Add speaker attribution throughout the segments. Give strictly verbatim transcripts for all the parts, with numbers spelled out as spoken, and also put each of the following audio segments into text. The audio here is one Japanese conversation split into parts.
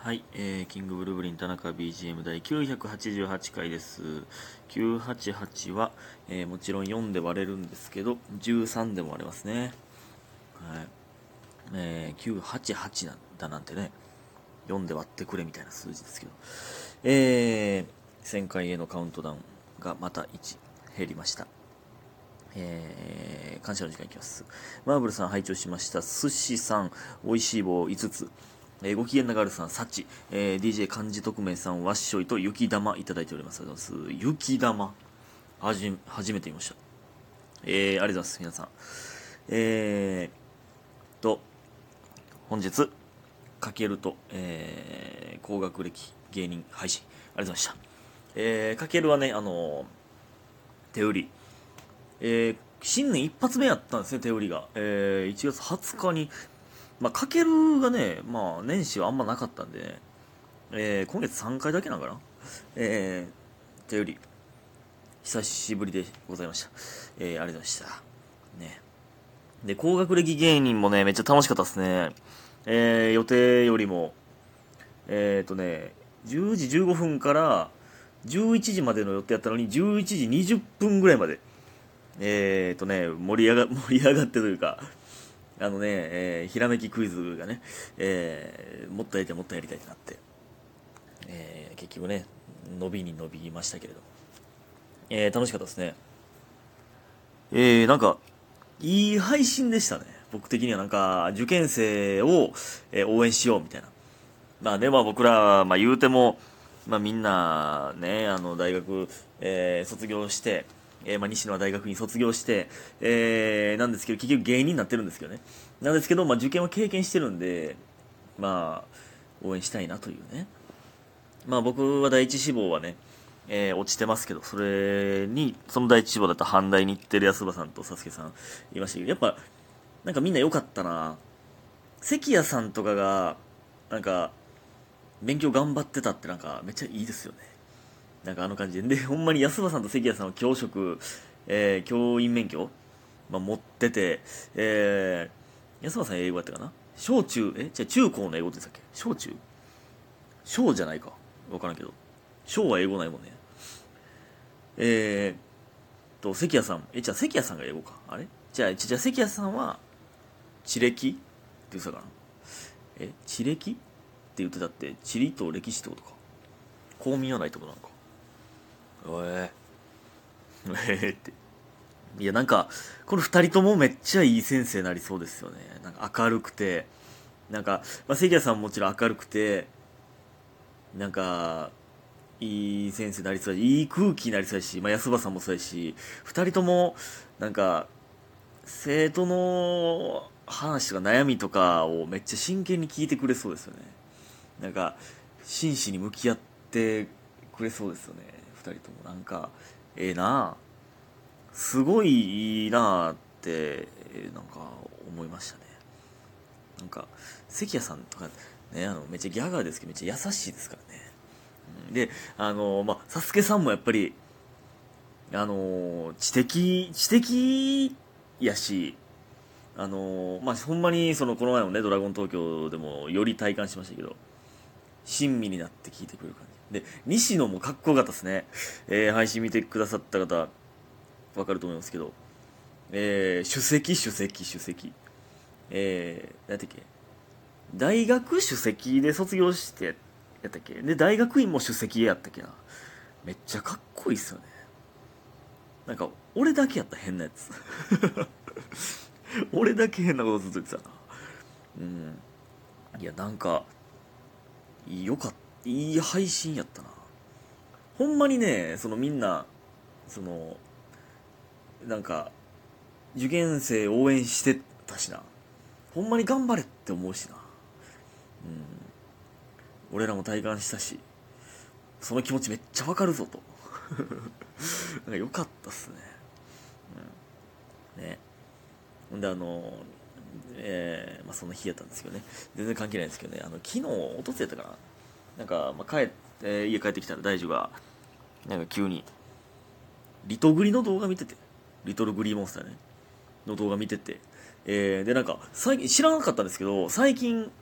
Speaker 1: はい、えー、キングブルーブリン田中 ビージーエム 第きゅうひゃくはちじゅうはちかいです。きゅうひゃくはちじゅうはちは、えー、もちろんよんで割れるんですけど、じゅうさんでも割れますね。はい。えー、きゅうひゃくはちじゅうはちなんだなんてね、よんで割ってくれみたいな数字ですけど。えー、せんかいへのカウントダウンがまたいち減りました。えー、感謝の時間いきます。マーブルさん拝聴しました。寿司さん、おいしい棒いつつ。えー、ご機嫌なガールさん、サチ、えー、ディージェー 漢字特命さん、ワッショイと雪玉いただいております。ありがとうございます。雪玉。はじ、初めて見ました。えー、ありがとうございます。皆さん。えーと、本日、かけると、えー、高学歴芸人配信、ありがとうございました。えー、かけるはね、あのー、手売り、えー、新年一発目やったんですね、手売りが。えー、いちがつはつかに、まあ、かけるがね、まあ、年始はあんまなかったんでね、えー、今月さんかいだけなのかな、えー、手売り、久しぶりでございました。えー、ありがとうございました。ね。で、高学歴芸人もね、めっちゃ楽しかったですね。えー、予定よりも、えーとね、じゅうじじゅうごふんからじゅういちじまでの予定やったのに、じゅういちじにじゅっぷんぐらいまで、えーとね、盛り上が、盛り上がってというか、あのね、えー、ひらめきクイズがね、えー、もっとやりたいもっとやりたいってなって、えー、結局ね、伸びに伸びましたけれども、えー、楽しかったですね。えー、なんか、いい配信でしたね。僕的にはなんか、受験生を、えー応援しようみたいな。まあね、まあ僕ら、まあ言うても、まあみんな、ね、あの、大学、えー卒業して、えーまあ西野は大学に卒業して、えーなんですけど、結局芸人になってるんですけどね。なんですけど、まあ受験は経験してるんで、まあ、応援したいなというね。まあ僕は第一志望はね、えー落ちてますけど、それに、その第一志望だった阪大に行ってる安葉さんとサスケさんいましたけど、やっぱ、なんかみんな良かったな。関谷さんとかが、なんか、勉強頑張ってたってなんか、めっちゃいいですよね。なんかあの感じで。で、ほんまに安葉さんと関谷さんは教職、えー教員免許、まあ、持ってて、えー、安葉さん英語やったかな、小中、えじゃあ中高の英語って言ってたっけ、小中小じゃないか。わからんけど。小は英語ないもんね。えーと、関谷さん。え、じゃあ関谷さんが英語か。あれじゃあ、じゃあ関谷さんは、地歴って言ってたかな。え、地歴って言ってたって、地理と歴史ってことか。公民はないってことなのか。えー、えーって。いや、なんか、この二人ともめっちゃいい先生になりそうですよね。なんか明るくて、なんか、まあ、関谷さんももちろん明るくて、なんか、いい先生になりそうだし、いい空気になりそうだし、まあ、安葉さんもそうやし、二人とも、なんか、生徒の話とか悩みとかをめっちゃ真剣に聞いてくれそうですよね。なんか、真摯に向き合ってくれそうですよね。二人とも。なんか、ええなあ、すごいいいなあって、えーなんか思いましたね。なんか、関谷さんとか、ね、あの、めっちゃギャガーですけど、めっちゃ優しいですからね。で、あの、まあ、サスケさんもやっぱり、あの、知的、知的やし、あの、まあ、ほんまに、その、この前のね、ドラゴン東京でも、より体感しましたけど、親身になって聞いてくれる感じ。で、西野もかっこよかったですね。えー、配信見てくださった方、わかると思いますけど、えー、首席、首席、首席。えー、なんだっけ、大学首席で卒業して、やったっけで、大学院も首席やったっけな。めっちゃかっこいいっすよね。なんか、俺だけやったら変なやつ。俺だけ変なことずっと言ってたな。うん。いや、なんか、よかった。いい配信やったな。ほんまにね、そのみんな、その、なんか、受験生応援してたしな。ほんまに頑張れって思うしな。うん。俺らも体感したし、その気持ちめっちゃわかるぞと。なんかよかったっすね。うん。ね。ほんであの、えー、まあそんな日やったんですけどね。全然関係ないんですけどね。あの、昨日、おとつやったかな。なんか、まあ、帰って、家帰ってきたら大樹が、なんか急に、リトグリの動画見てて、リトルグリーモンスターね、の動画見てて、えー、で、なんか、最近、知らなかったんですけど、最近、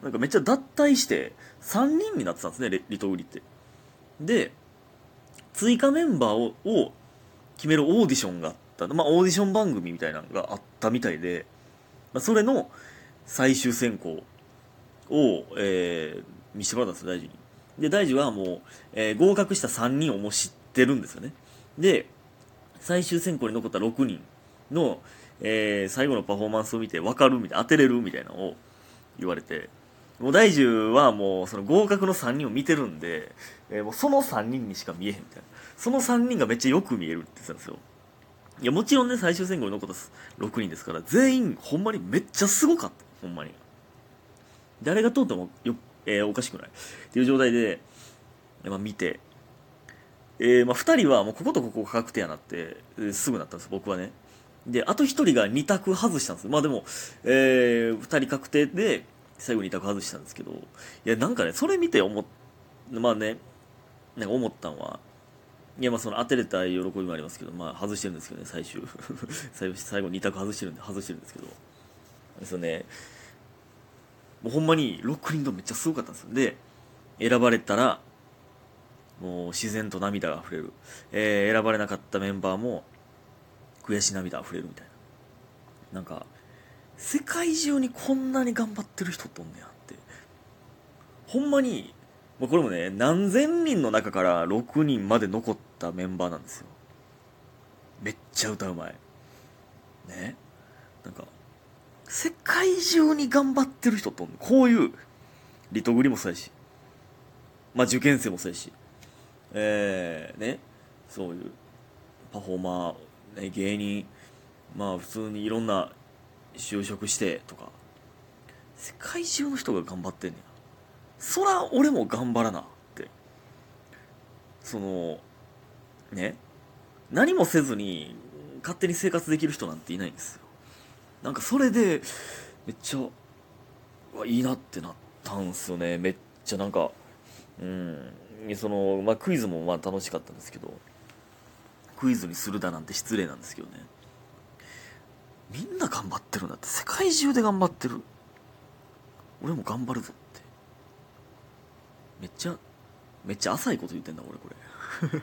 Speaker 1: なんかめっちゃ脱退してさんにんになってたんですね、リリトグリって。で追加メンバーをを決めるオーディションがあった、まあオーディション番組みたいなのがあったみたいで、まあ、それの最終選考を、えー、見せてもらったんですよ、大臣に。で大臣はもう、えー合格したさんにんをもう知ってるんですよね。で最終選考に残ったろくにんの、えー最後のパフォーマンスを見て分かるみたいな、当てれるみたいなのを言われて、もう大樹はもうその合格のさんにんを見てるんで、えーもうそのさんにんにしか見えへんみたいな、そのさんにんがめっちゃよく見えるって言ってたんですよ。いやもちろんね、最終選考に残ったろくにんですから、全員ほんまにめっちゃすごかった。ほんまに誰が通ってもよ、えーおかしくないっていう状態で、まあ、見て、えーまあ、ふたりはもうこことここが確定やなって、えーすぐなったんです、僕はね。であとひとりがに択外したんです。まあでも、えー、ふたり確定で最後に択外したんですけど、いやなんかね、それ見て思っまあね、なんか思ったのは、いやまあその当てれた喜びもありますけど、まあ外してるんですけどね、最終最後最後に択外してるんで外してるんですけど、ですよね。もうほんまにろくにんとめっちゃすごかったんですよ。で選ばれたらもう自然と涙が溢れる、えー選ばれなかったメンバーも悔し涙溢れるみたいな、なんか世界中にこんなに頑張ってる人とんねやって、ほんまにもうこれもね、何千人の中からろくにんまで残ったメンバーなんですよ。めっちゃ歌うまいね。なんか世界中に頑張ってる人とんねん。こういうリトグリもそうやし、まあ受験生もそうやし、えー、ね、そういうパフォーマー、ね、芸人、まあ普通にいろんな就職してとか、世界中の人が頑張ってんねや。そら俺も頑張らなって、そのね、何もせずに勝手に生活できる人なんていないんですよ。なんかそれでめっちゃうわいいなってなったんすよね。めっちゃなんか、うんその、まあ、クイズもまあ楽しかったんですけど、クイズにするだなんて失礼なんですけどね、みんな頑張ってるんだって、世界中で頑張ってる、俺も頑張るぞって、めっちゃめっちゃ浅いこと言ってんだ俺これ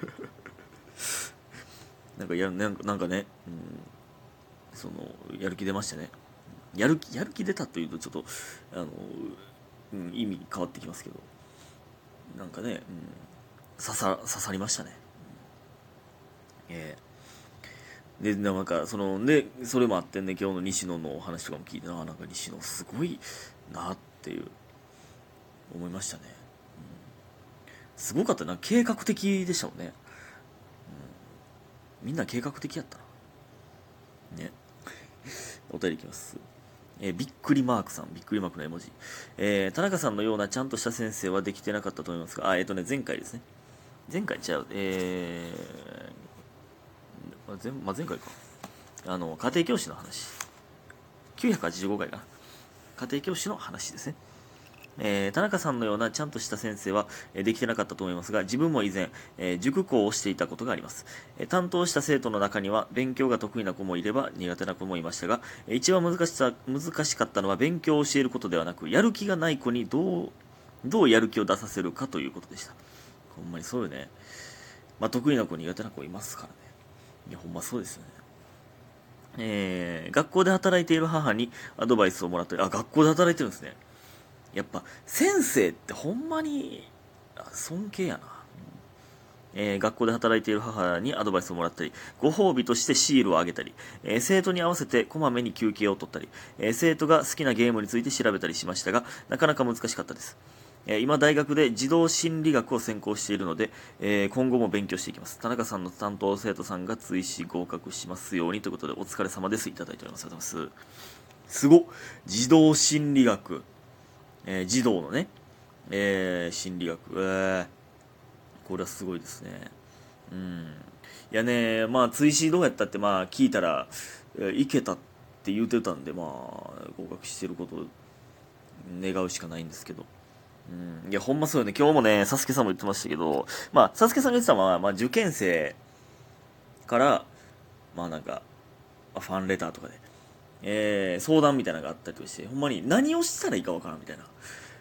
Speaker 1: なんかやなんかなんかね、うん、そのやる気出ましたね。やる気やる気出たというとちょっとあの、うん、意味変わってきますけど、なんかね、うん、刺さ刺さりましたね。えー、でなんかそのね、それもあってね、今日の西野のお話とかも聞いて、な、なんか西野すごいなっていう思いましたね。うん、すごかったな、計画的でしたもんね。うん、みんな計画的やったな。ね。お便りいきます。えー、びっくりマークさん、びっくりマークの絵文字。えー、田中さんのようなちゃんとした先生はできてなかったと思いますが、あ、えっ、ー、とね、前回ですね。前回ちゃう、えー、前、まあ、前回か。あの、家庭教師の話。きゅうひゃくはちじゅうごかいかな。家庭教師の話ですね。えー、田中さんのようなちゃんとした先生は、えー、できてなかったと思いますが、自分も以前、えー、塾講をしていたことがあります。えー、担当した生徒の中には勉強が得意な子もいれば苦手な子もいましたが、えー、一番難しさ難しかったのは勉強を教えることではなく、やる気がない子にどうどうやる気を出させるかということでした。ほんまにそうよね。まあ、得意な子苦手な子いますからね。いやほんまそうですよね。えー、学校で働いている母にアドバイスをもらったり、あ、学校で働いてるんですね。やっぱ先生ってほんまに尊敬やな。えー、学校で働いている母にアドバイスをもらったり、ご褒美としてシールをあげたり、えー、生徒に合わせてこまめに休憩を取ったり、えー、生徒が好きなゲームについて調べたりしましたが、なかなか難しかったです。えー、今大学で児童心理学を専攻しているので、えー、今後も勉強していきます。田中さんの担当生徒さんが追試合格しますようにということで、お疲れ様です。いただいております。ありがとうございます。すごっ。児童心理学、えー、児童のね、えー、心理学、えー、これはすごいですね。うん。いやね、まあ追試どうやったってまあ聞いたら、えー、いけたって言うてたんで、まあ合格してることを願うしかないんですけど。うん。いやほんまそうよね。今日もね、サスケさんも言ってましたけど、まあサスケさんが言ってたのは、まあ受験生からまあなんかファンレターとかで、えー、相談みたいなのがあったりとして、ほんまに何をしたらいいかわからんみたいな。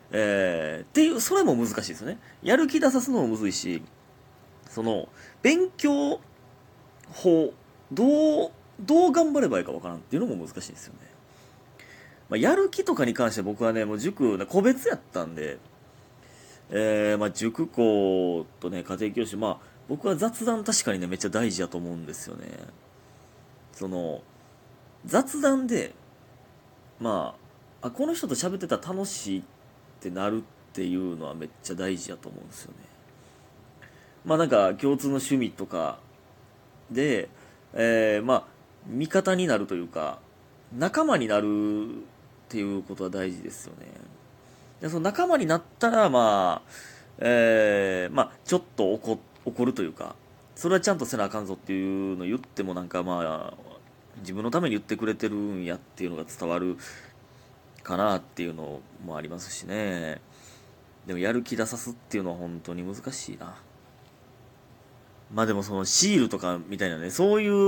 Speaker 1: えー、っていう、それも難しいですよね。やる気出さすのもむずいし、その、勉強法、どう、どう頑張ればいいかわからんっていうのも難しいんですよね。まあ、やる気とかに関して僕はね、もう塾、個別やったんで、えー、まあ、塾校とね、家庭教師、まあ、僕は雑談確かにね、めっちゃ大事やと思うんですよね。その、雑談で、まあ、あ、この人と喋ってたら楽しいってなるっていうのはめっちゃ大事やと思うんですよね。まあなんか共通の趣味とかで、えー、まあ味方になるというか仲間になるっていうことは大事ですよね。でその仲間になったらまあ、えー、まあちょっと怒怒るというか、それはちゃんとせなあかんぞっていうのを言ってもなんかまあ自分のために言ってくれてるんやっていうのが伝わるかなっていうのもありますしね。でもやる気出さすっていうのは本当に難しいな。まあでもそのシールとかみたいなね、そういう、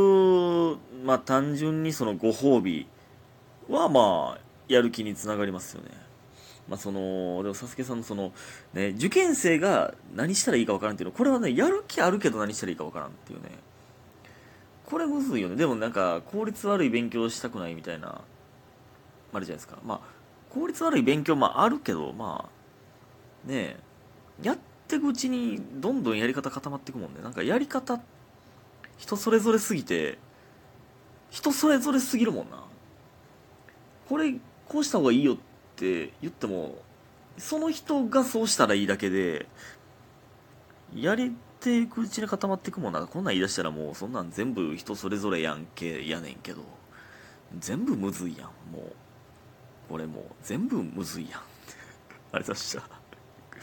Speaker 1: まあ単純にそのご褒美はまあ、やる気につながりますよね。まあその、でもサスケさんのその、ね、受験生が何したらいいかわからんっていうの、これはね、やる気あるけど何したらいいかわからんっていうね。これむずいよね。でもなんか、効率悪い勉強したくないみたいな、あるじゃないですか。まあ、効率悪い勉強、まああるけど、まあ、ねえ、やっていくうちにどんどんやり方固まっていくもんね。なんかやり方、人それぞれすぎて、人それぞれすぎるもんな。これ、こうした方がいいよって言っても、その人がそうしたらいいだけで、やれていくうちに固まっていくもんな。こんなん言い出したらもう、そんなん全部人それぞれやんけ、やねんけど、全部むずいやん、もう。これもう、全部むずいやん。ありがとうございました。